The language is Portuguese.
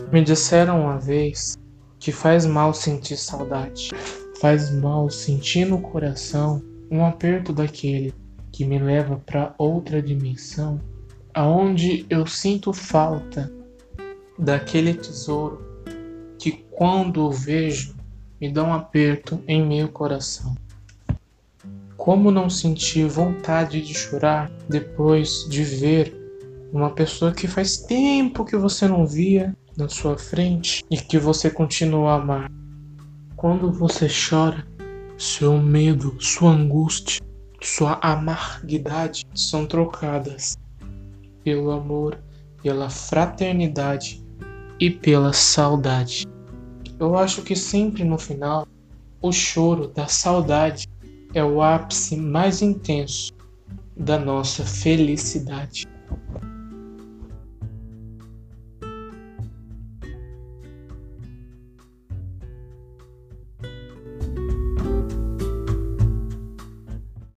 Me disseram uma vez que faz mal sentir saudade. Faz mal sentir no coração um aperto daquele que me leva para outra dimensão, aonde eu sinto falta daquele tesouro que quando o vejo me dá um aperto em meu coração. Como não sentir vontade de chorar depois de ver uma pessoa que faz tempo que você não via na sua frente e que você continua a amar? Quando você chora, seu medo, sua angústia, sua amarguidade são trocadas pelo amor, pela fraternidade e pela saudade. Eu acho que sempre no final, o choro da saudade é o ápice mais intenso da nossa felicidade.